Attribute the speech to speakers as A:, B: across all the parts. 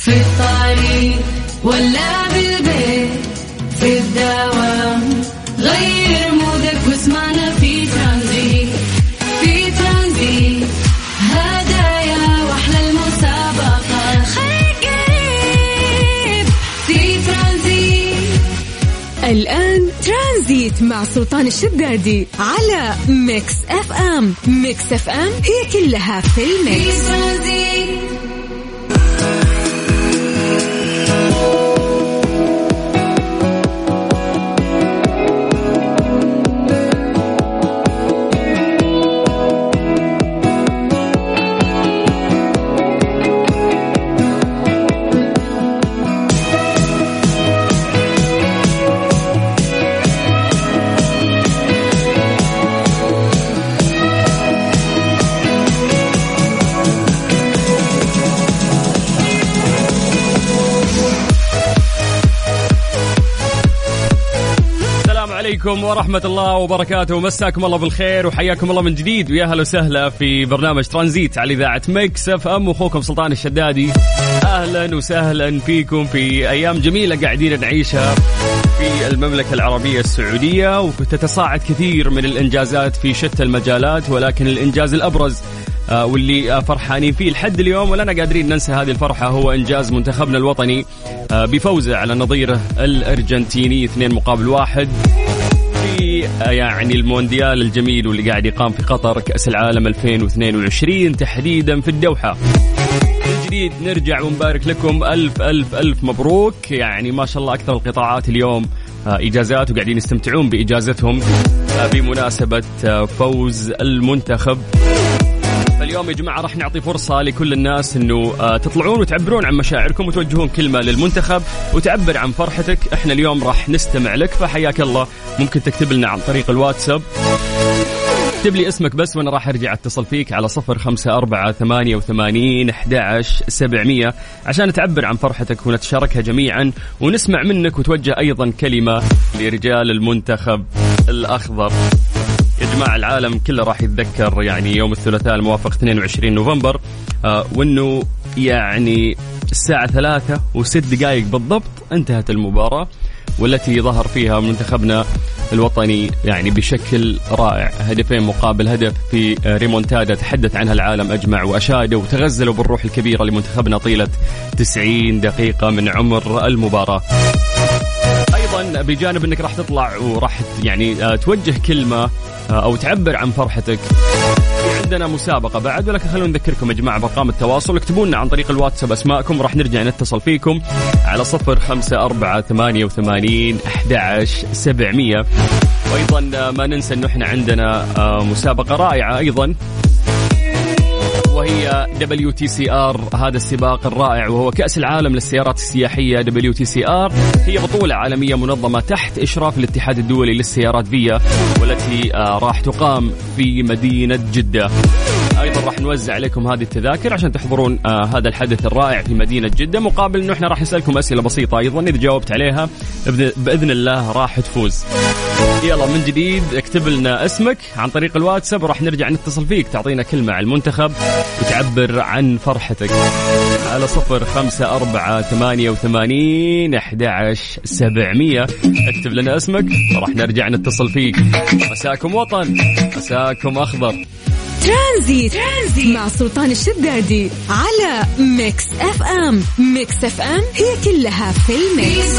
A: في الطريق ولا بالبيت في الدوام، غير مودك واسمعنا في ترانزيت. في ترانزيت هدايا واحلى المسابقة، خليك قريب في ترانزيت.
B: الآن ترانزيت مع سلطان الشدادي على ميكس اف ام. ميكس اف ام هي كلها في الميكس.
C: عليكم ورحمة الله وبركاته، مساكم الله بالخير وحياكم الله من جديد، ويا هلا وسهلا في برنامج ترانزيت على إذاعة ميكس اف ام، وأخوكم سلطان الشدادي. أهلا وسهلا فيكم في أيام جميلة قاعدين نعيشها في المملكة العربية السعودية، وتتصاعد كثير من الإنجازات في شتى المجالات، ولكن الإنجاز الأبرز واللي فرحانين فيه لحد اليوم ولنا قادرين ننسى هذه الفرحة هو إنجاز منتخبنا الوطني بفوزه على نظيره الأرجنتيني 2-1 في يعني المونديال الجميل واللي قاعد يقام في قطر، كأس العالم 2022 تحديدا في الدوحة. من جديد نرجع ونبارك لكم ألف ألف ألف مبروك، يعني ما شاء الله أكثر القطاعات اليوم إجازات وقاعدين يستمتعون بإجازتهم بمناسبة فوز المنتخب. اليوم يا جماعة راح نعطي فرصة لكل الناس انه تطلعون وتعبرون عن مشاعركم وتوجهون كلمة للمنتخب وتعبر عن فرحتك. احنا اليوم راح نستمع لك، فحياك الله ممكن تكتب لنا عن طريق الواتساب، اكتب لي اسمك بس وانا راح ارجع اتصل فيك على 0548811700 عشان تعبر عن فرحتك ونتشاركها جميعا ونسمع منك، وتوجه ايضا كلمة لرجال المنتخب الأخضر. يا جماعة العالم كله راح يتذكر يعني يوم الثلاثاء الموافق 22 نوفمبر، وانه يعني الساعة 3:06 بالضبط انتهت المباراة، والتي ظهر فيها منتخبنا الوطني يعني بشكل رائع، 2-1 في ريمونتادا تحدث عنها العالم أجمع وأشادوا وتغزلوا بالروح الكبيرة لمنتخبنا طيلة 90 دقيقة من عمر المباراة. أيضا بجانب أنك راح تطلع وراح يعني توجه كلمة أو تعبر عن فرحتك، عندنا مسابقة بعد، ولكن خلونا نذكركم يا جماعة بأرقام التواصل، اكتبوا لنا عن طريق الواتساب أسماءكم راح نرجع نتصل فيكم على 0548811700. وأيضا ما ننسى أنه إحنا عندنا مسابقة رائعة أيضا، وهي WTCR، هذا السباق الرائع وهو كأس العالم للسيارات السياحية. WTCR هي بطولة عالمية منظمة تحت إشراف الاتحاد الدولي للسيارات فيا، والتي راح تقام في مدينة جدة. أيضا راح نوزع عليكم هذه التذاكر عشان تحضرون هذا الحدث الرائع في مدينة جدة، مقابل أنه إحنا راح نسألكم أسئلة بسيطة أيضا، إذا جاوبت عليها بإذن الله راح تفوز. يلا من جديد اكتب لنا اسمك عن طريق الواتساب وراح نرجع نتصل فيك، تعطينا كلمة عن المنتخب وتعبر عن فرحتك على 0548811700. اكتب لنا اسمك وراح نرجع نتصل فيك. مساكم وطن، مساكم أخضر.
B: ترانزيت مع سلطان الشدادي على ميكس اف ام. ميكس اف ام هي كلها في الميكس.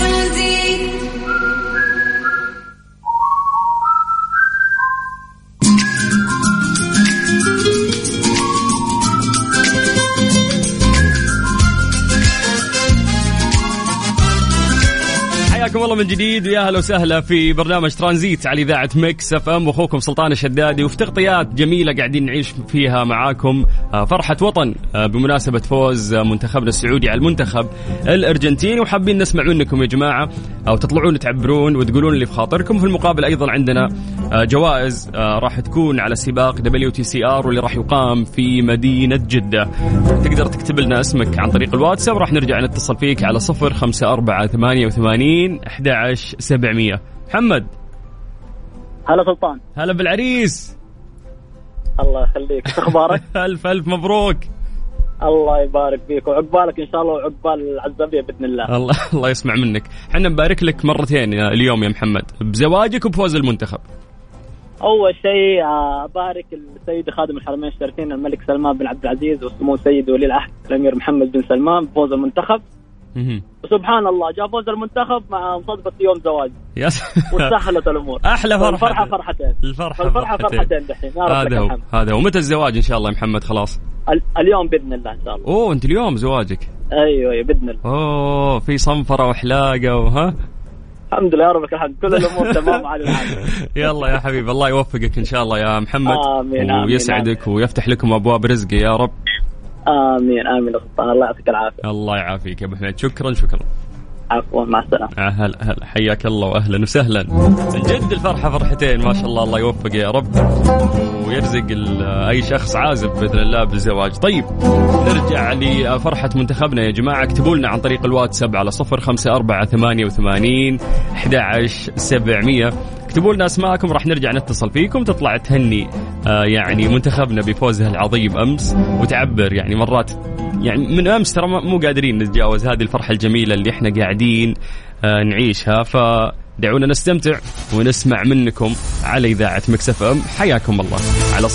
C: حياكم الله من جديد ويا هلا وسهلا في برنامج ترانزيت على إذاعة ميكس اف ام، واخوكم سلطان الشدادي، وفي تغطيات جميلة قاعدين نعيش فيها معاكم فرحة وطن بمناسبة فوز منتخبنا السعودي على المنتخب الأرجنتيني، وحابين نسمع منكم يا جماعة أو تطلعون تعبرون وتقولون اللي في خاطركم. في المقابل أيضا عندنا جوائز راح تكون على سباق WTCR واللي راح يقام في مدينة جدة. تقدر تكتب لنا اسمك عن طريق الواتساب راح نرجع نتصل فيك على 0548811700. محمد،
D: هلا سلطان.
C: هلا بالعريس.
D: الله يخليك، اخبارك؟
C: الف الف مبروك.
D: الله يبارك فيك وعقبالك إن شاء الله وعقبال العزبية بإذن الله.
C: الله يسمع منك. حنا نبارك لك مرتين اليوم يا محمد بزواجك وبفوز المنتخب.
D: أول شيء أبارك السيد خادم الحرمين الشريفين الملك سلمان بن عبد العزيز وسمو سيد ولي العهد الأمير محمد بن سلمان بفوز المنتخب. وسبحان الله جاء فوز المنتخب مع مصادفة يوم زواج وسهلت الأمور.
C: أحلى فرحة.
D: فرحتين. الفرحة فرحتين دحين.
C: هذا ومتى الزواج إن شاء الله يا محمد؟ خلاص
D: اليوم بإذن الله إن شاء الله.
C: أوه أنت اليوم زواجك؟
D: أيوة بإذن الله.
C: أوه في صنفرة وحلاقة وها.
D: الحمد لله يا رب الحمد كل الأمور تمام على العالم.
C: يلا يا حبيبي الله يوفقك إن شاء الله يا محمد.
D: آمين.
C: ويسعدك آمين. ويفتح لكم أبواب رزق يا رب.
D: آمين آمين يا سلطان الله يعطيك العافية.
C: الله يعافيك يا أبو حميد. شكرا.
D: عفوا مع السلامة.
C: هلا حياك الله وأهلا وسهلا. من جد الفرحة فرحتين ما شاء الله. الله يوفق يا رب ويرزق أي شخص عازب بإذن الله بالزواج. طيب نرجع لفرحة منتخبنا يا جماعة. اكتبوا لنا عن طريق الواتساب على 0548811700. اكتبوا لنا اسماءكم راح نرجع نتصل فيكم تطلع تهني يعني منتخبنا بفوزه العظيم أمس وتعبر يعني مرات يعني من أمس ترى مو قادرين نتجاوز هذه الفرحة الجميلة اللي احنا قاعدين نعيشها. فدعونا نستمتع ونسمع منكم على إذاعة ميكس اف ام. حياكم الله على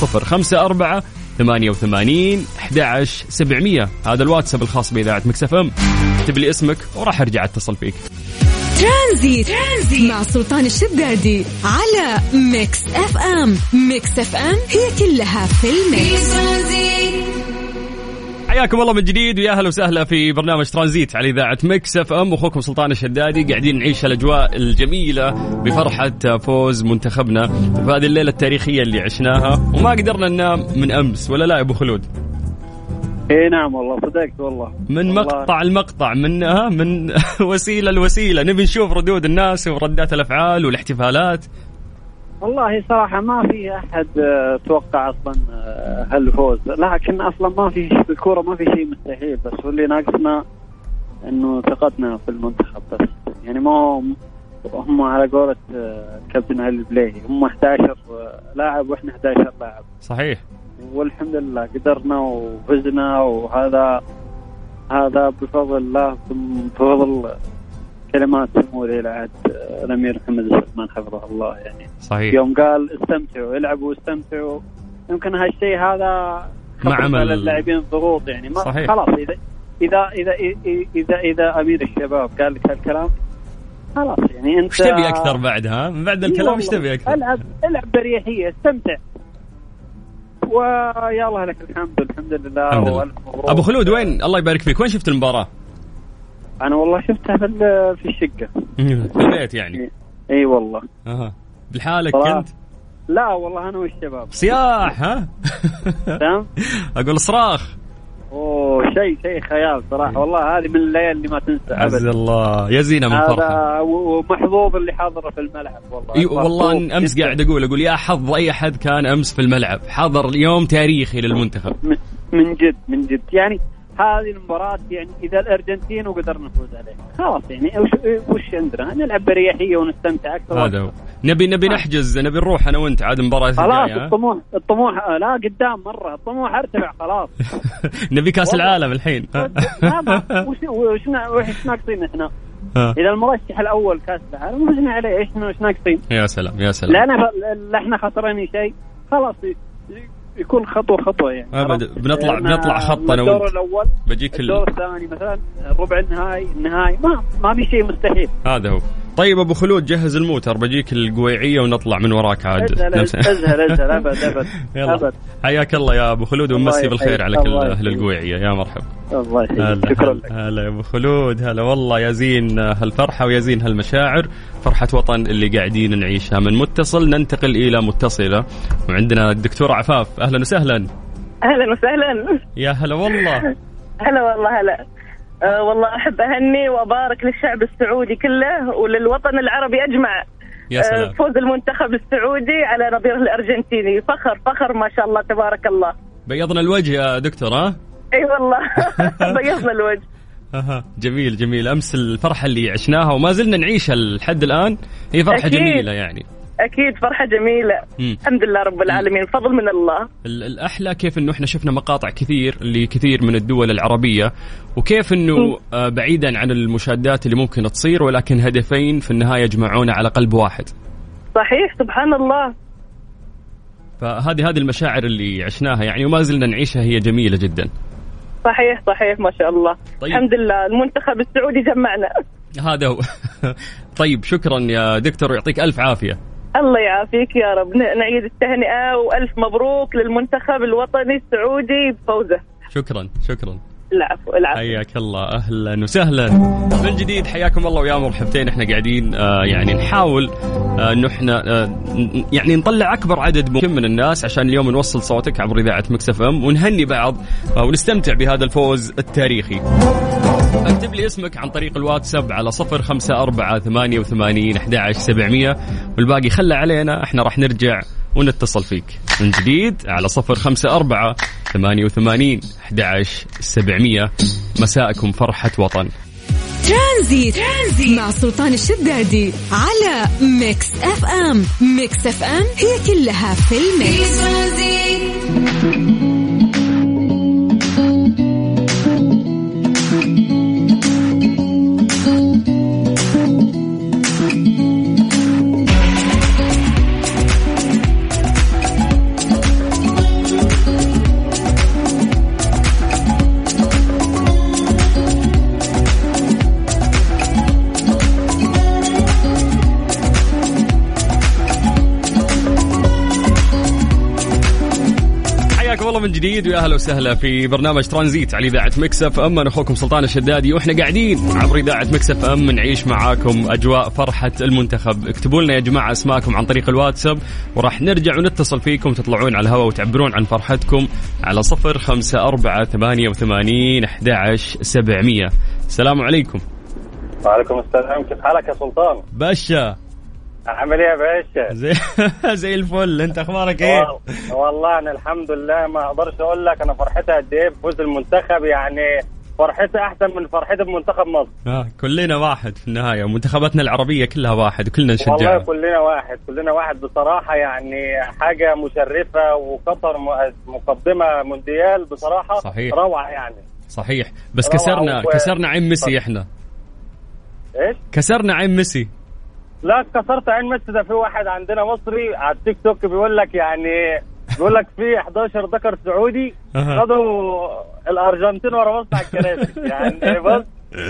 C: 0548811700. هذا الواتساب الخاص بإذاعة ميكس اف ام. اكتب لي اسمك وراح ارجع اتصل فيك.
B: ترانزيت مع سلطان الشدادي على ميكس اف ام. ميكس اف ام هي كلها في الميكس.
C: حياكم الله من جديد ويا اهلا وسهلا في برنامج ترانزيت على اذاعه ميكس اف ام. اخوكم سلطان الشدادي قاعدين نعيش الاجواء الجميله بفرحه فوز منتخبنا في هذه الليله التاريخيه اللي عشناها وما قدرنا ننام من امس ولا لا يا ابو خلود؟
E: اي نعم والله صدقت والله.
C: من مقطع المقطع من وسيله لوسيله نبي نشوف ردود الناس وردات الافعال والاحتفالات.
E: والله صراحة ما في أحد توقع أصلا هالفوز، لكن أصلا ما في في الكورة ما في شيء مستحيل، بس واللي ناقصنا إنه ثقتنا في المنتخب بس. يعني ما هم على قولة كابتن علي البليهي هم 11 لاعب وإحنا 11 لاعب.
C: صحيح. والحمد
E: لله قدرنا وفزنا، وهذا بفضل الله بفضل كلمات سمو ولي العهد الأمير محمد بن سلمان حفظه الله. يعني
C: صحيح.
E: يوم قال استمتعوا العبوا واستمتعوا، يمكن هالشيء هذا
C: مع
E: اللاعبين ضغوط يعني ما
C: صحيح.
E: خلاص إذا أمير الشباب قال لك هالكلام خلاص يعني أنت
C: ايش تبي أكثر بعدها من بعد الكلام؟ ايش تبي أكثر؟
E: العب بريحية استمتع ويلا لك الحمد لله.
C: أبو خلود وين الله يبارك فيك وين شفت المباراة؟
E: أنا والله شفتها في الشقة
C: في البيت يعني.
E: اي والله.
C: بالحالك كنت؟
E: لا والله انا والشباب
C: صياح. ها
E: تمام.
C: اقول صراخ.
E: اوه شيء خيال صراحه والله. هذه من الليالي اللي ما تنسى ابدا.
C: عز الله يا زينه من فرحه.
E: ومحظوظ اللي حاضر في الملعب والله.
C: والله امس قاعد اقول يا حظ اي احد كان امس في الملعب، حضر اليوم تاريخي للمنتخب.
E: من جد يعني هذه المباراة يعني إذا الأرجنتين وقدرنا نفوز عليه خلاص يعني وش عندنا نلعب بريحية ونستمتع أكثر.
C: هذا نبي نحجز نبي نروح أنا وأنت عاد مباراة
E: خلاص. الطموح لا قدام مرة الطموح ارتفع خلاص.
C: نبي كأس العالم الحين.
E: وش ناقصين إحنا؟ إذا المرشح الأول كأس العالم وفزنا عليه إيش ناقصين؟
C: يا سلام
E: لا إحنا خسرانين شيء خلاص يكون خطوة يعني.
C: بنطلع خط أنا
E: الدور الأول
C: بجيك
E: الدور الثاني مثلا ربع النهائي ما في شيء مستحيل.
C: هذا هو. طيب أبو خلود جهز الموتر بجيك القويعية ونطلع من وراك عاد.
E: أزهل أبد.
C: حياك الله يا أبو خلود ومسي بالخير على كل أهل القويعية. يا مرحبا.
E: الله يحييك. شكرا لك.
C: هلا يا أبو خلود. هلا والله يزين هالفرحة ويزين هالمشاعر. فرحة وطن اللي قاعدين نعيشها. من متصل ننتقل إلى متصلة وعندنا الدكتورة عفاف. أهلا وسهلا.
F: أهلا وسهلا.
C: يا هلا والله.
F: هلا والله هلا. والله أحب أهني وأبارك للشعب السعودي كله وللوطن العربي أجمع.
C: يا سلام.
F: فوز المنتخب السعودي على نظيره الأرجنتيني فخر ما شاء الله تبارك الله.
C: بيضنا الوجه يا دكتور.
F: أي والله بيضنا الوجه.
C: جميل. أمس الفرحة اللي عشناها وما زلنا نعيشها لحد الآن هي فرحة أكيد. جميلة يعني
F: أكيد فرحة جميلة. الحمد لله رب العالمين، فضل من الله.
C: الأحلى كيف إنه إحنا شفنا مقاطع كثير لكثير من الدول العربية، وكيف إنه بعيدا عن المشادات اللي ممكن تصير، ولكن هدفين في النهاية يجمعونا على قلب واحد.
F: صحيح، سبحان الله.
C: فهذه المشاعر اللي عشناها يعني وما زلنا نعيشها، هي جميلة جدا.
F: صحيح ما شاء الله.
C: طيب.
F: الحمد لله المنتخب السعودي جمعنا.
C: هذا هو. طيب شكرا يا دكتور، يعطيك ألف عافية.
F: الله يعافيك يا رب. نعيد التهنئة وألف مبروك للمنتخب الوطني السعودي بفوزه.
C: شكرا.
F: العفو.
C: حياك الله، أهلا وسهلا من جديد، حياكم الله ويا مرحبتين. احنا قاعدين يعني نحاول انه احنا يعني نطلع اكبر عدد ممكن من الناس عشان اليوم نوصل صوتك عبر اذاعه مكس اف ام ونهني بعض ونستمتع بهذا الفوز التاريخي. اكتب لي اسمك عن طريق الواتساب على 0548811700 والباقي خلى علينا، احنا راح نرجع ونتصل فيك من جديد على 0548811700. مساءكم فرحة وطن.
B: ترانزيت مع سلطان الشدادي على ميكس اف ام. ميكس اف ام هي كلها في الميكس.
C: من جديد ويا اهلا وسهلا في برنامج ترانزيت على اذاعه مكس اف ام. انا اخوكم سلطان الشدادي، واحنا قاعدين عبر اذاعه مكس اف ام نعيش معاكم اجواء فرحه المنتخب. اكتبوا لنا يا جماعه اسماءكم عن طريق الواتساب وراح نرجع ونتصل فيكم، تطلعون على الهواء وتعبرون عن فرحتكم على 0548811700. السلام عليكم.
G: وعليكم السلام، كيف حالك يا سلطان؟
C: باشا
G: عامل ايه يا باشا؟
C: زي الفل، انت اخبارك ايه؟
G: والله انا الحمد لله، ما اقدرش اقول لك انا فرحتي قد ايه بفوز المنتخب، يعني فرحتي احسن من فرحتي بمنتخب مصر.
C: كلنا واحد في النهايه، منتخباتنا العربيه كلها واحد وكلنا نشجعها.
G: والله كلنا واحد بصراحه، يعني حاجه مشرفه، وقطر مقدمه مونديال بصراحه.
C: صحيح.
G: روعه يعني.
C: صحيح، بس كسرنا عين ميسي. احنا
G: ايش
C: كسرنا عين ميسي؟
G: لا كسرت عين ميسي، ده في واحد عندنا مصري على التيك توك بيقول لك في 11 ذكر سعودي خدوا الارجنتين ورا مصر على الكراسي. يعني بص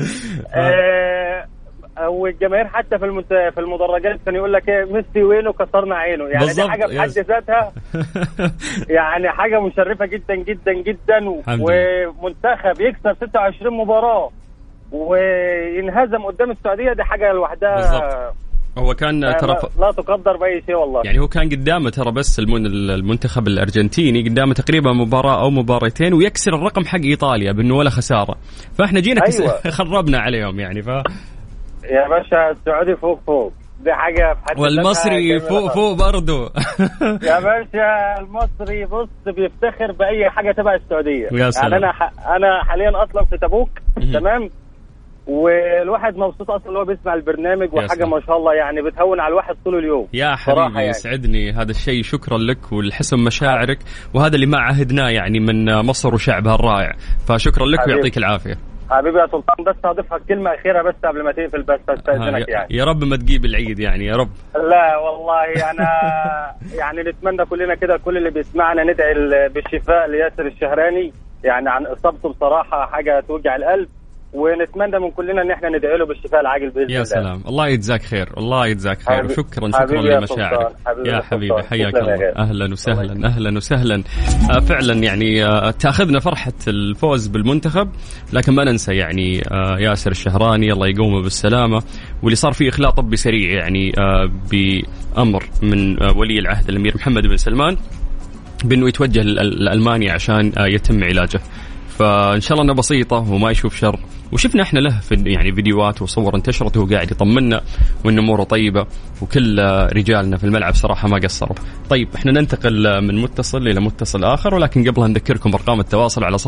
G: والجماهير حتى في المدرجات كان يقول لك ايه ميسي وينه، كسرنا عينه. يعني دي حاجه في حد ذاتها يعني حاجه مشرفه جدا جدا جدا. ومنتخب يكسب 26 مباراه وينهزم قدام السعوديه، دي حاجه لوحدها بالضبط.
C: هو كان ترى
G: لا تقدر بأي شيء والله.
C: يعني هو كان قدامه ترى بس المنتخب الأرجنتيني قدامه تقريبا مباراة أو مباراتين ويكسر الرقم حق إيطاليا بأنه ولا خسارة، فإحنا جينا خربنا عليهم يعني.
G: يا باشا السعودي فوق دي حاجة في حد
C: والمصري فوق برضو.
G: يا باشا المصري بص بيفتخر بأي حاجة تبع السعودية. يعني أنا حاليا أصلا في تبوك تمام، والواحد مبسوط اصلا هو بيسمع البرنامج وحاجه ما شاء الله يعني بتهون على الواحد طول اليوم.
C: يا حبيبي يعني. يسعدني هذا الشيء، شكرا لك ولحسن مشاعرك، وهذا اللي ما عهدناه يعني من مصر وشعبها الرائع، فشكرا لك ويعطيك العافيه
G: حبيبي يا سلطان. بس هضيفها كلمه اخيره بس قبل ما تقفل، بس استاذنك يعني.
C: يا رب ما تجيب العيد يعني، يا رب.
G: لا والله انا يعني نتمنى كلنا كده، كل اللي بيسمعنا ندعي بالشفاء لياسر الشهراني، يعني عن اصابته بصراحه حاجه توجع القلب، ونتمنى من كلنا ان احنا ندعي له بالشفاء العاجل باذن الله.
C: يا سلام، الله يجزاك خير، الله يجزاك خير، وشكرا لمشاعرك يا حبيبي. حياك الله، اهلا وسهلا. فعلا يعني تاخذنا فرحه الفوز بالمنتخب، لكن ما ننسى يعني ياسر الشهراني الله يقومه بالسلامه، واللي صار فيه اخلاء طبي سريع يعني بامر من ولي العهد الامير محمد بن سلمان بانه يتوجه لألمانيا عشان يتم علاجه. فإن شاء الله أنه بسيطة وما يشوف شر، وشفنا إحنا له في يعني فيديوهات وصور انتشرت وهو قاعد يطمنا وإن أموره طيبة، وكل رجالنا في الملعب صراحة ما قصروا. طيب إحنا ننتقل من متصل إلى متصل آخر، ولكن قبلها نذكركم بأرقام التواصل على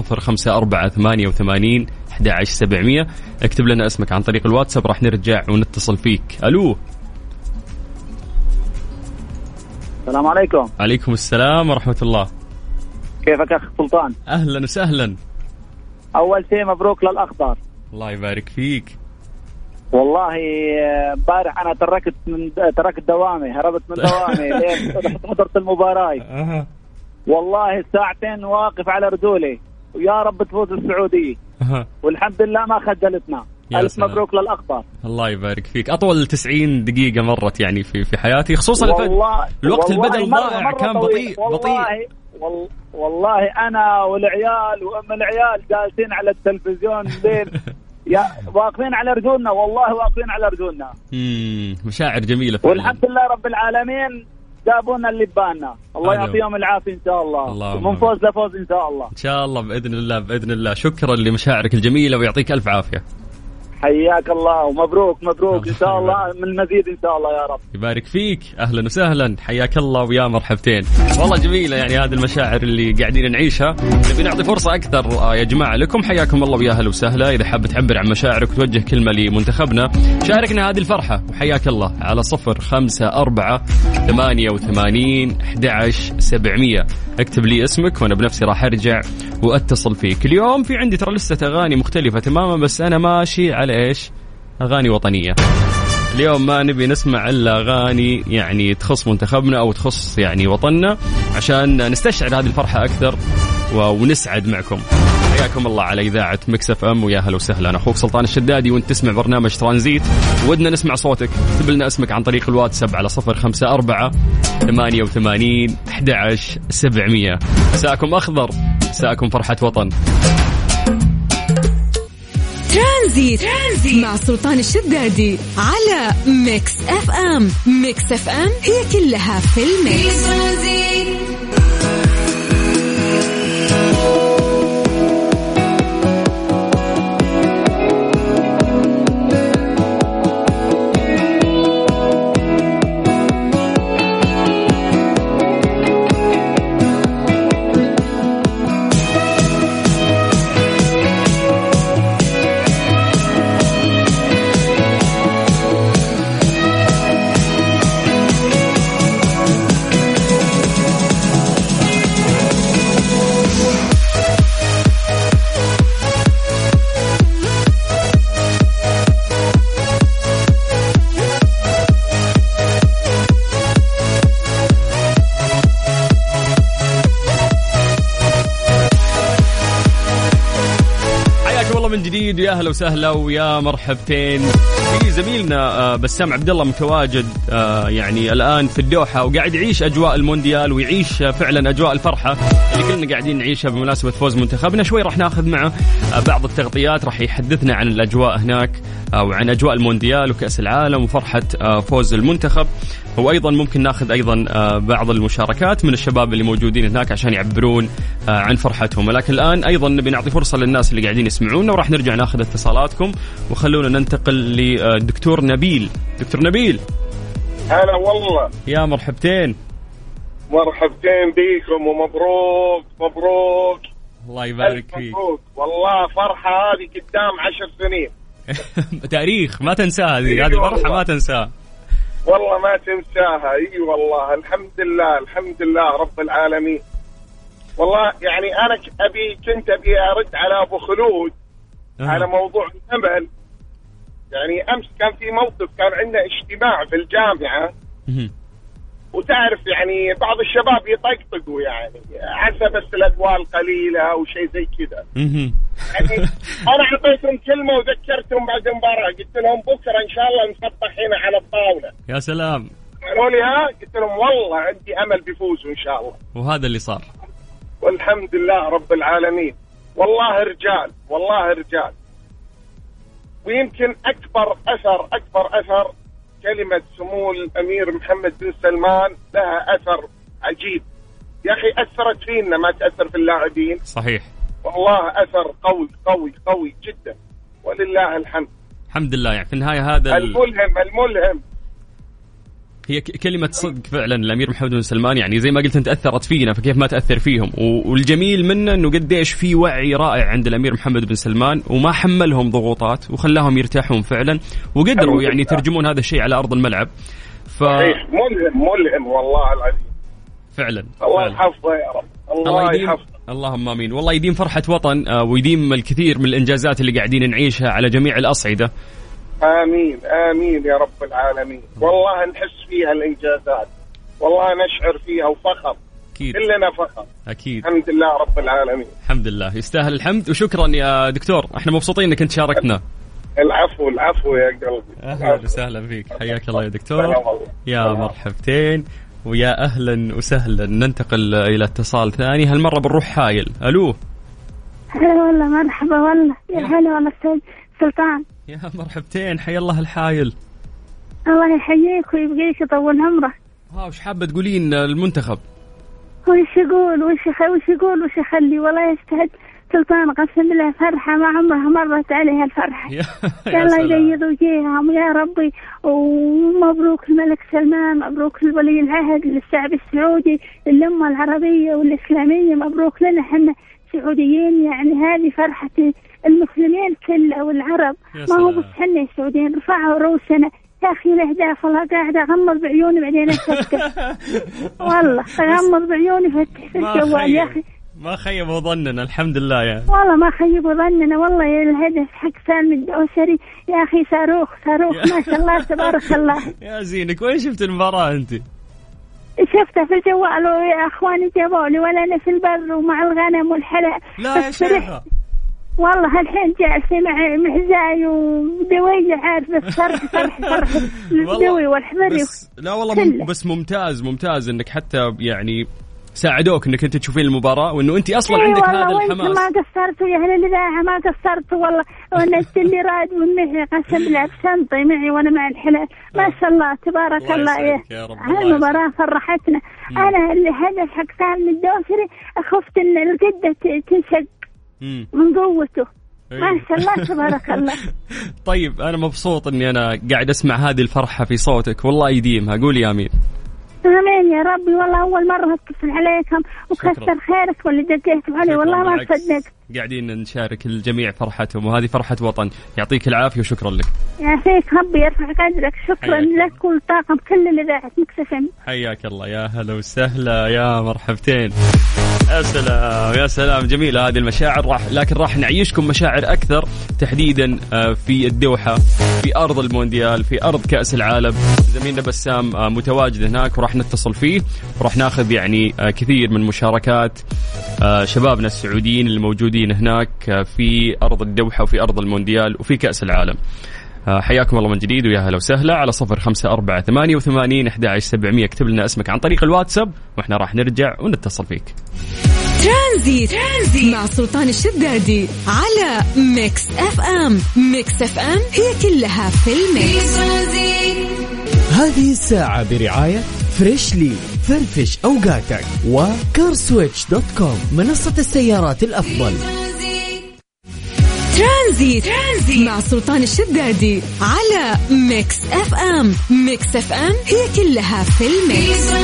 C: 0548811700. اكتب لنا اسمك عن طريق الواتساب راح نرجع ونتصل فيك. ألو
E: السلام عليكم.
C: عليكم السلام ورحمة الله.
E: كيفك أخ سلطان؟
C: أهلا وسهلا.
E: أول شيء مبروك للأخضر.
C: الله يبارك فيك.
E: والله امبارح أنا تركت دوامي، هربت من دوامي لين حضرت المباراة. والله ساعتين واقف على رجولي، ويا رب تفوز السعودية. والحمد لله ما خجلتنا. ألف مبروك للأخضر.
C: الله يبارك فيك. أطول 90 دقيقة مرت يعني في حياتي، خصوصا الوقت البدل رائع، كان بطيء.
E: والله أنا والعيال وأم العيال جالسين على التلفزيون الليل واقفين على رجولنا، والله واقفين على رجولنا.
C: مشاعر جميلة فعلا.
E: والحمد لله رب العالمين جابونا اللي ببالنا. الله يعطيهم العافية إن شاء الله، ومن فوز لفوز إن شاء الله.
C: إن شاء الله بإذن الله بإذن الله. شكرا لمشاعرك الجميلة ويعطيك ألف عافية.
E: حياك الله ومبروك مبروك إن شاء الله من المزيد إن شاء الله يا رب.
C: يبارك فيك. أهلا وسهلا، حياك الله ويا مرحبتين. والله جميلة يعني هذه المشاعر اللي قاعدين نعيشها. نبي نعطي فرصة أكثر يا جماعة لكم، حياكم الله ويا أهلا وسهلا. إذا حاب تعبر عن مشاعرك وتوجه كلمة لمنتخبنا شاركنا هذه الفرحة، وحياك الله على 0548811700. اكتب لي اسمك وأنا بنفسي راح أرجع وأتصل فيك. اليوم في عندي ترى لسه أغاني مختلفة تماما، بس أنا ماشي على إيش؟ أغاني وطنية. اليوم ما نبي نسمع إلا أغاني يعني تخص منتخبنا أو تخص يعني وطننا، عشان نستشعر هذه الفرحة أكثر ونسعد معكم. حياكم الله على إذاعة ميكس اف ام، ويا هلا وسهلا. أنا أخوك سلطان الشدادي وأنت تسمع برنامج ترانزيت. ودنا نسمع صوتك، اكتب لنا اسمك عن طريق الواتساب على 0548811700. مساءكم أخضر، مساءكم فرحة وطن.
B: ترانزيت مع سلطان الشدادي على ميكس اف ام. ميكس اف ام هي كلها في الميكس.
C: من جديد يا أهلا وسهلا ويا مرحبتين. في زميلنا بسام عبد الله متواجد يعني الآن في الدوحة، وقاعد يعيش أجواء المونديال ويعيش فعلا أجواء الفرحة اللي كلنا قاعدين نعيشها بمناسبة فوز منتخبنا. شوي راح ناخذ معه بعض التغطيات، راح يحدثنا عن الأجواء هناك وعن أجواء المونديال وكأس العالم وفرحة فوز المنتخب. وأيضا ممكن ناخذ أيضا بعض المشاركات من الشباب اللي موجودين هناك عشان يعبرون عن فرحتهم. ولكن الآن أيضا نبي نعطي فرصة للناس اللي قاعدين يسمعونا، وراح نرجع ناخذ اتصالاتكم. وخلونا ننتقل للدكتور نبيل. دكتور نبيل،
H: هلا والله،
C: يا مرحبتين.
H: مرحبتين بيكم ومبروك مبروك.
C: الله يبارك فيك.
H: مبروك والله، فرحة هذه قدام 10 سنين.
C: تاريخ ما تنساها هذه فرحة ما تنساها
H: والله، ما تنساها. اي والله الحمد لله الحمد لله رب العالمين. والله يعني انا كنت ابي ارد على ابو خلود على موضوع الامل. يعني امس كان في موقف، كان عندنا اجتماع في الجامعه، وتعرف يعني بعض الشباب يطقطقوا يعني عسى بس الاقوال قليله او شيء زي كذا. يعني انا اعطيتهم كلمه وذكرتهم بعد المباراه، قلت لهم بكره ان شاء الله نسطح هنا على الطاوله.
C: يا سلام.
H: قالوا لي ها، قلت لهم والله عندي امل بيفوزوا ان شاء الله،
C: وهذا اللي صار
H: والحمد لله رب العالمين. والله رجال والله رجال. ويمكن اكبر اثر كلمة سمو الأمير محمد بن سلمان، لها أثر عجيب يا أخي، أثرت فينا ما تأثر في اللاعبين.
C: صحيح
H: والله أثر قوي قوي قوي جدا، ولله الحمد.
C: الحمد لله. يعني في النهاية هذا
H: الملهم
C: هي كلمة صدق فعلا. الأمير محمد بن سلمان يعني زي ما قلت أنت أثرت فينا، فكيف ما تأثر فيهم. والجميل منه أنه قديش في وعي رائع عند الأمير محمد بن سلمان، وما حملهم ضغوطات وخلاهم يرتاحون فعلا، وقدروا يعني يترجمون هذا الشيء على أرض الملعب.
H: صحيح، ملهم والله العظيم.
C: فعلا
H: الله يحفظه يا رب. الله يحفظه.
C: اللهم امين. والله يديم فرحة وطن ويديم الكثير من الانجازات اللي قاعدين نعيشها على جميع الاصعدة.
H: امين امين يا رب العالمين. والله نحس فيها الانجازات، والله نشعر فيها وفخر. أكيد. كلنا فخر.
C: اكيد.
H: الحمد لله رب العالمين.
C: الحمد لله، يستاهل الحمد. وشكرا يا دكتور، احنا مبسوطين انك انت شاركتنا.
H: العفو العفو يا قلبي.
C: اهلا وسهلا فيك، حياك الله يا دكتور. يا مرحبتين ويا اهلا وسهلا. ننتقل الى اتصال ثاني، هالمره بنروح حايل. الو.
I: هلا والله، مرحبا والله. يا هلا والله استاذ سلطان.
C: يا مرحبتين، حيا الله الحايل.
I: الله يحييك ويبقيك يطول عمرك.
C: وش حابه تقولين المنتخب؟
I: وش يقول وش يخلي. والله يستاهل سلطان، قسم بالله فرحة ما عمرها مرت عليها الفرحة. الله يقيض وجيههم يا ربي. ومبروك الملك سلمان، مبروك لولي العهد، للشعب السعودي، للأمة العربية والإسلامية، مبروك لنا احنا سعوديين. يعني هذه فرحة المسلمين كله والعرب، ما هو بس احنا السعوديين. رفعوا رؤوسنا يا أخي الأهداف. والله قاعدة أغمض بعيوني بعدين أفتح. والله أغمض بعيوني فتح في الجوال يا أخي.
C: ما خيبوا ظننا الحمد لله يعني.
I: والله ما خيبوا ظننا والله. الهدف حق سالم الدوسري يا أخي صاروخ ما شاء الله تبارك الله.
C: يا زينك، وين شفت المباراة أنت؟
I: شفتها في الجوال ويا أخواني جابولي، ولا أنا في البر ومع الغنم والحلا.
C: لا يا شيخة
I: والله الحين جالسة مع محزاي ودوية، عارف صرح الدوي والحبري.
C: لا والله بس ممتاز انك حتى يعني ساعدوك انك انت تشوفين المباراة، وانه انت اصلا عندك هذا الحماس.
I: ما قصرتوا يا اهل الاذاعة، ما قصرتوا والله. ونزلت لي راد والمحي قسم بالله بشنطي معي وانا مع الحلال. ما شاء الله تبارك الله. يا المباراة فرحتنا. انا الهدف حق سالم الدوسري خفت ان القدة تنشق من قوته. ما شاء الله تبارك الله.
C: طيب أنا مبسوط أني أنا قاعد أسمع هذه الفرحة في صوتك، والله يديمها. قولي آمين.
I: آمين يا ربي. والله أول مرة أتصل عليكم وكثر خيرك واللي دقيتوا علي، والله ما صدقت.
C: قاعدين نشارك الجميع فرحتهم، وهذه فرحة وطن. يعطيك العافية وشكرا لك.
I: يعافيك ربي، يرفع قدرك. شكرا لك والطاقم كل الإذاعة ميكس اف ام.
C: حياك الله، يا هلا وسهلا، يا مرحبتين. يا سلام يا سلام، جميلة هذه المشاعر. لكن راح نعيشكم مشاعر أكثر تحديدا في الدوحة، في أرض المونديال، في أرض كأس العالم. زميلنا بسام متواجد هناك، وراح نتصل فيه وراح ناخذ يعني كثير من مشاركات شبابنا السعوديين اللي موجودين هناك في أرض الدوحة وفي أرض المونديال وفي كأس العالم. حياكم الله من جديد ويا هلا وسهلا على 0548811700. اكتب لنا اسمك عن طريق الواتساب واحنا راح نرجع ونتصل فيك.
B: ترانزيت مع سلطان الشدادي على ميكس اف ام. ميكس اف ام هي كلها في الميكس.
J: هذه الساعة برعاية فريشلي، فرفش أوقاتك، وكارسويتش.com منصة السيارات الأفضل.
B: ترانزيت مع سلطان الشدادي على ميكس اف ام. ميكس اف ام هي كلها في الميكس.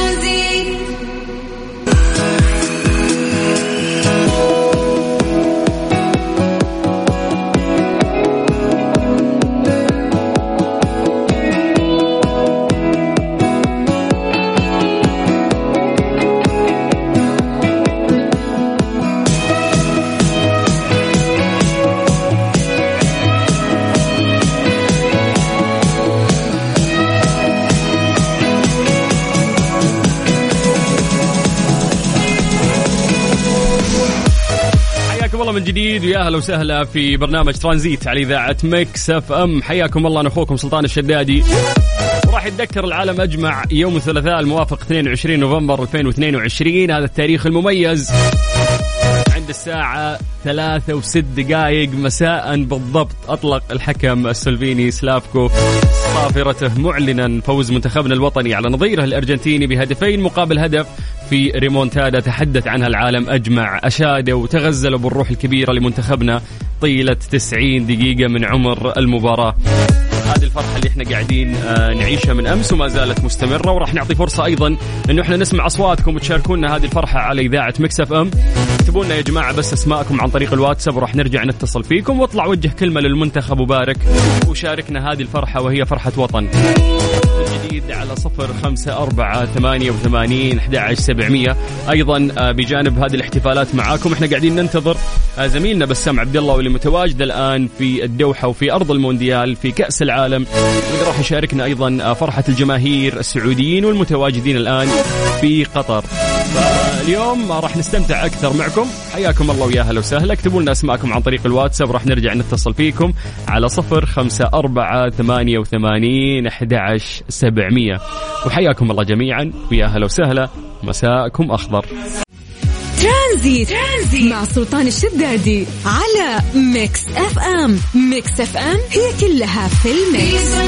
C: من جديد ويا اهلا وسهلا في برنامج ترانزيت على اذاعه ميكس اف ام. حياكم الله، انا اخوكم سلطان الشدادي. وراح يتذكر العالم اجمع يوم الثلاثاء الموافق 22 نوفمبر 2022 هذا التاريخ المميز عند الساعه 3:06 مساء بالضبط. اطلق الحكم السلوفيني سلافكو صافرته معلنا فوز منتخبنا الوطني على نظيره الارجنتيني بهدفين مقابل هدف في ريمونتادا تحدث عنها العالم أجمع. أشادوا وتغزلوا بالروح الكبيرة لمنتخبنا طيلة 90 دقيقة من عمر المباراة. هذه الفرحة اللي احنا قاعدين نعيشها من أمس وما زالت مستمرة، وراح نعطي فرصة أيضا أنه احنا نسمع أصواتكم وتشاركونا هذه الفرحة على إذاعة ميكس اف ام. اكتبوا لنا يا جماعة بس اسماءكم عن طريق الواتساب وراح نرجع نتصل فيكم، واطلع وجه كلمة للمنتخب وبارك وشاركنا هذه الفرحة وهي فرحة وطن. جديد على 0548811700. أيضا بجانب هذه الاحتفالات معاكم احنا قاعدين ننتظر زميلنا بسام عبد الله واللي متواجد الآن في الدوحة وفي أرض المونديال في كأس العالم، واللي راح يشاركنا أيضا فرحة الجماهير السعوديين والمتواجدين الآن في قطر. فاليوم راح نستمتع أكثر معكم. حياكم الله ويا هلا وسهلا. اكتبوا لنا اسماءكم عن طريق الواتساب، راح نرجع نتصل فيكم على 0548811700. وحياكم الله جميعا ويا هلا وسهلا. مساءكم أخضر.
B: ترانزيت مع سلطان الشدادي على ميكس اف ام. ميكس اف ام هي كلها في الميكس.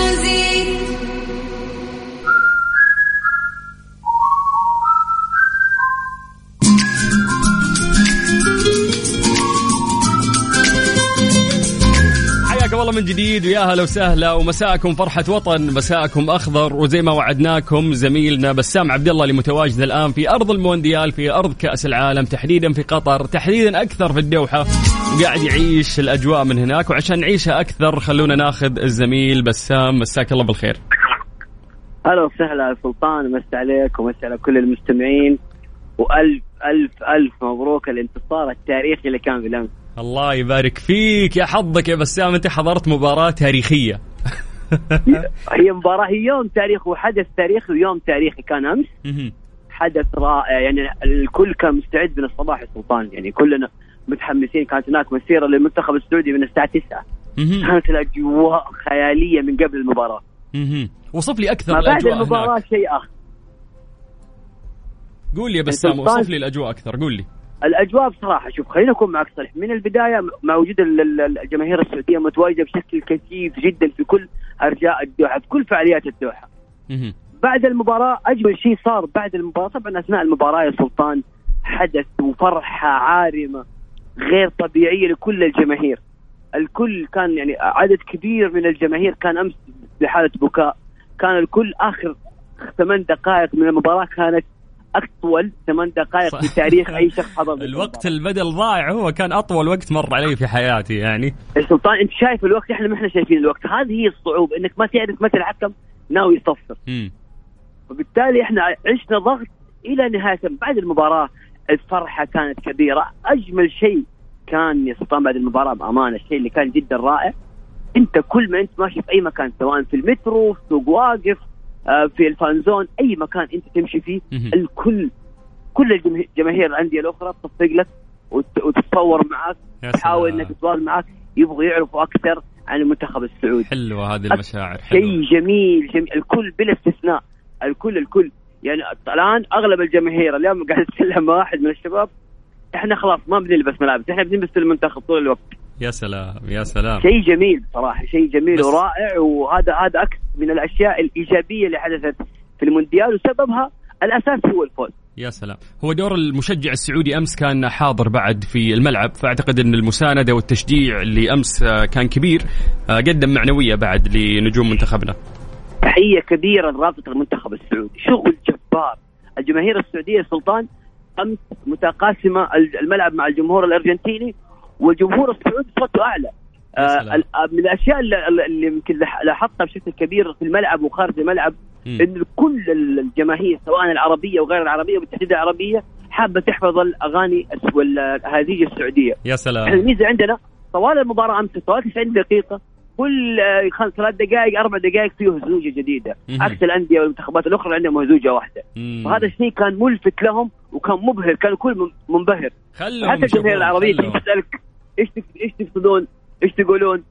C: والله من جديد ويا هلا وسهلا، ومساءكم فرحة وطن، مساءكم أخضر. وزي ما وعدناكم زميلنا بسام عبد الله اللي متواجد الآن في أرض المونديال، في أرض كأس العالم، تحديدا في قطر، تحديدا أكثر في الدوحة، وقاعد يعيش الأجواء من هناك. وعشان نعيشها أكثر خلونا ناخذ الزميل بسام. مساك الله بالخير.
K: أهلا وسهلا يا سلطان، مسا عليك ومسا على كل المستمعين، وألف ألف ألف مبروك الانتصار التاريخي اللي كان بالأمس.
C: الله يبارك فيك، يا حظك يا بسام انت حضرت مباراة تاريخية.
K: هي مباراة، هي يوم تاريخي وحدث تاريخي ويوم تاريخي كان أمس. حدث رائع، يعني الكل كان مستعد من الصباح يا سلطان، يعني كلنا متحمسين. كانت هناك مسيرة للمنتخب السعودي من الساعة 9. كانت الأجواء خيالية من قبل المباراة.
C: وصف لي أكثر
K: الأجواء
C: بعد
K: المباراة
C: هناك.
K: شيء آخر.
C: قول لي يا بسام، وصف لي الأجواء أكثر. قول لي
K: الأجواء بصراحة. شوف، خلينا نكون معك صريح من البداية. مع وجود الجماهير السعودية متواجدة بشكل كثيف جدا في كل أرجاء الدوحة، في كل فعاليات الدوحة. بعد المباراة أجمل شيء صار بعد المباراة، طبعا أثناء المباراة يا سلطان حدث وفرحة عارمة غير طبيعية لكل الجماهير. الكل كان، يعني عدد كبير من الجماهير كان أمس بحالة بكاء. كان الكل آخر 8 دقائق من المباراة كانت أطول 8 دقائق في تاريخ أي شخص حضر.
C: الوقت البدل ضايع، هو كان أطول وقت مر علي في حياتي يعني.
K: السلطان أنت شايف الوقت، إحنا ما إحنا شايفين الوقت. هذه هي الصعوبة، إنك ما تعرف متى الحكم ناوي يصفر. وبالتالي إحنا عشنا ضغط إلى نهاية. بعد المباراة الفرحة كانت كبيرة. أجمل شيء كان يا سلطان بعد المباراة بأمانة، الشيء اللي كان جدا رائع، أنت كل ما أنت ماشي في أي مكان، سواء في المترو، في سوق واقف، في الفانزون، أي مكان أنت تمشي فيه، كل الجماهير الأندية الأخرى تصفق لك وتتصور معك، تحاول أنك تتواصل معك، يبغوا يعرفوا أكثر عن المنتخب السعودي.
C: حلوة هذه المشاعر،
K: شيء جميل جميل. الكل بلا استثناء، الكل يعني الآن أغلب الجماهير اليوم قاعد أتكلم مع واحد من الشباب، إحنا خلاص ما بنلبس ملابس، إحنا بنلبس المنتخب طول الوقت.
C: يا سلام يا سلام.
K: شيء جميل بصراحة، شيء جميل ورائع. وهذا أكثر من الأشياء الإيجابية اللي حدثت في المونديال، وسببها الأساس هو الفوز.
C: يا سلام. هو دور المشجع السعودي أمس كان حاضر بعد في الملعب، فأعتقد أن المساندة والتشجيع اللي أمس كان كبير، قدم معنوية بعد لنجوم منتخبنا.
K: تحية كبيرة لرابطة المنتخب السعودي، شغل جبار. الجماهير السعودية سلطان أمس متقاسمة الملعب مع الجمهور الأرجنتيني، والجمهور السعودي صوته أعلى. من الأشياء اللي يمكن لاحظتها بشكل كبير في الملعب وخارج الملعب، إن كل الجماهير سواء العربية وغير العربية وبالتحديد العربية حابة تحفظ الأغاني والهزيجة السعودية.
C: يا سلام.
K: الميزة عندنا طوال المباراة أمس طوال 90 دقيقة، كل 3 دقائق 4 دقائق فيه هزوجة جديدة، عكس الأندية والمنتخبات الأخرى عندهم هزوجة واحدة. وهذا الشيء كان ملفت لهم وكان مبهر، كان الكل منبهر. حتى الجماهير العربية تسألك إيش تقصدون، إيش تقولون.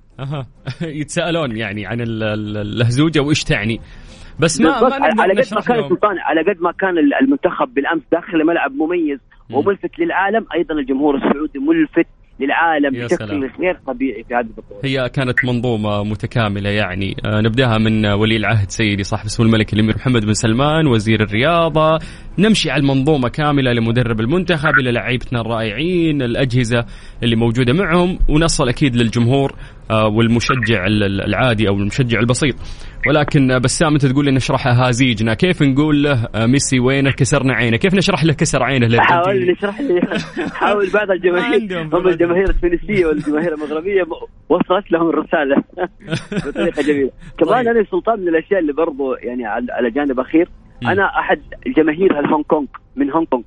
C: يتسألون يعني عن الهزوجة وإيش تعني. بس ما
K: على قد ما كان سلطان، على قد ما كان المنتخب بالأمس داخل ملعب مميز وملفت للعالم، أيضا الجمهور السعودي ملفت للعالم بشكل غير طبيعي في هذه البطولة.
C: هي كانت منظومة متكاملة يعني. نبدأها من ولي العهد سيدي صاحب السمو الملكي الأمير محمد بن سلمان وزير الرياضة، نمشي على المنظومة كاملة لمدرب المنتخب إلى لعيبتنا الرائعين، الأجهزة اللي موجودة معهم، ونصل أكيد للجمهور والمشجع العادي أو المشجع البسيط. ولكن بسام أنت تقول لي نشرح هازيجنا، كيف نقول له ميسي وينه كسرنا عينه؟ كيف نشرح له كسر عينه؟
K: حاول نشرح لي، حاول بعض الجماهير هم الجماهير التونسية والجماهير المغربية وصلت لهم الرسالة بطريقة جميلة. كمان أنا سلطان من الأشياء اللي برضو يعني على جانب أخير، أنا أحد الجماهير الهونغ كونغ من هونغ كونغ،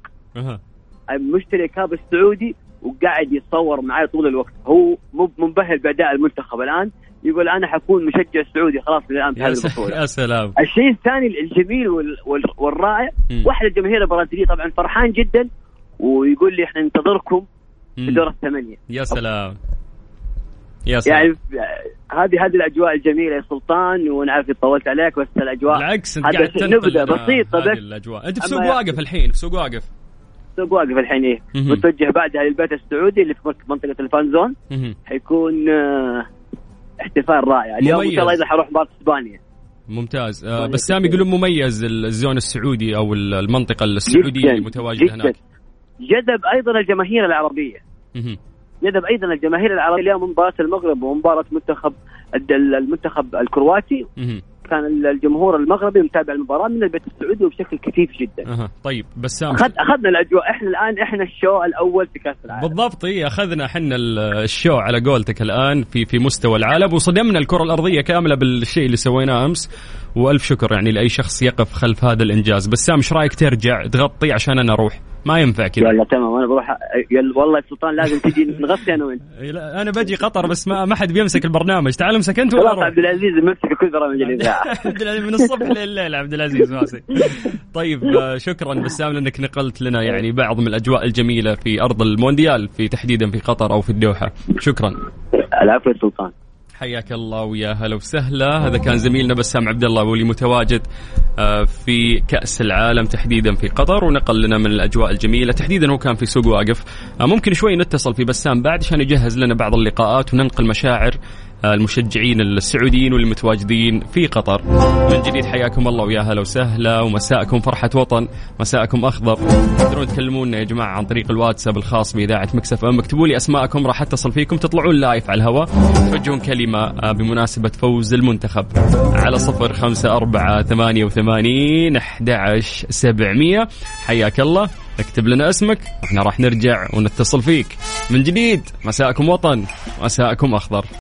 K: مشتري كاب السعودي وقاعد يتصور معي طول الوقت، هو منبهر بأداء المنتخب الآن، يقول أنا حكون مشجع سعودي خلاص من الآن في هذه البطولة.
C: يا سلام.
K: الشيء الثاني الجميل والرائع، واحد الجماهير البرازيلية طبعا فرحان جدا ويقول لي احنا ننتظركم في دور الثمانية.
C: يا سلام يا سلام.
K: يعني هذه الأجواء الجميلة يا سلطان، وأنا عارف طولت عليك بس الأجواء
C: بالعكس أنت قاعد
K: نبدأ بسيطة بس.
C: الأجواء أنت في سوق واقف الحين، في سوق واقف
K: الحين إيه، متوجه بعدها للبيت السعودي اللي في منطقة الفان زون. حيكون احتفال رائع اليوم إن شاء الله. إذا حروح مباراة إسبانيا
C: ممتاز. بسام يقولون مميز الزون السعودي أو المنطقة السعودية المتواجدة هناك.
K: جذب أيضا الجماهير العربية، جذب أيضا الجماهير العربية. اليوم مباراة المغرب ومباراة المنتخب الكرواتي، كان الجمهور المغربي متابع المباراة من البيت السعودي وبشكل كثيف جدا.
C: طيب بسام،
K: أخذنا الأجواء، إحنا الآن الشو الأول في كأس العالم.
C: بالضبط، أخذنا إحنا الشو على قولتك الآن في مستوى العالم، وصدمنا الكرة الأرضية كاملة بالشيء اللي سويناه أمس، وألف شكر يعني لأي شخص يقف خلف هذا الإنجاز. بسام إيش رأيك ترجع تغطي عشان أنا أروح؟ ما ينفع كذا.
K: يلا تمام، أنا بروح. والله السلطان لازم تيجي نغطي أنا وأنت.
C: أنا بجي قطر بس ما حد بيمسك البرنامج. تعال امسك أنت
K: ولا عبد العزيز مسك كل برامج الإذاعة.
C: عبد العزيز من الصبح لليل، عبد العزيز ماسك. طيب شكرا بسام لأنك نقلت لنا يعني بعض من الأجواء الجميلة في أرض المونديال، في تحديدا في قطر أو في الدوحة. شكرا.
K: العفو يا سلطان.
C: حياك الله ويا هلا وسهلا. هذا كان زميلنا بسام عبد الله واللي متواجد في كأس العالم تحديدا في قطر، ونقل لنا من الأجواء الجميلة. تحديدا هو كان في سوق واقف. ممكن شوي نتصل في بسام بعد عشان يجهز لنا بعض اللقاءات وننقل مشاعر المشجعين السعوديين والمتواجدين في قطر. من جديد حياكم الله ويا هلا وسهلا، ومساءكم فرحة وطن، مساءكم أخضر. تقدرون تكلمونا يا جماعة عن طريق الواتساب الخاص بإذاعة ميكس اف ام، اكتبوا لي أسماءكم راح أتصل فيكم، تطلعون لايف على الهواء، توجهون كلمة بمناسبة فوز المنتخب على 0548811700. حياك الله، اكتب لنا اسمك واحنا راح نرجع ونتصل فيك. من جديد مساءكم وطن، مساءكم أخضر.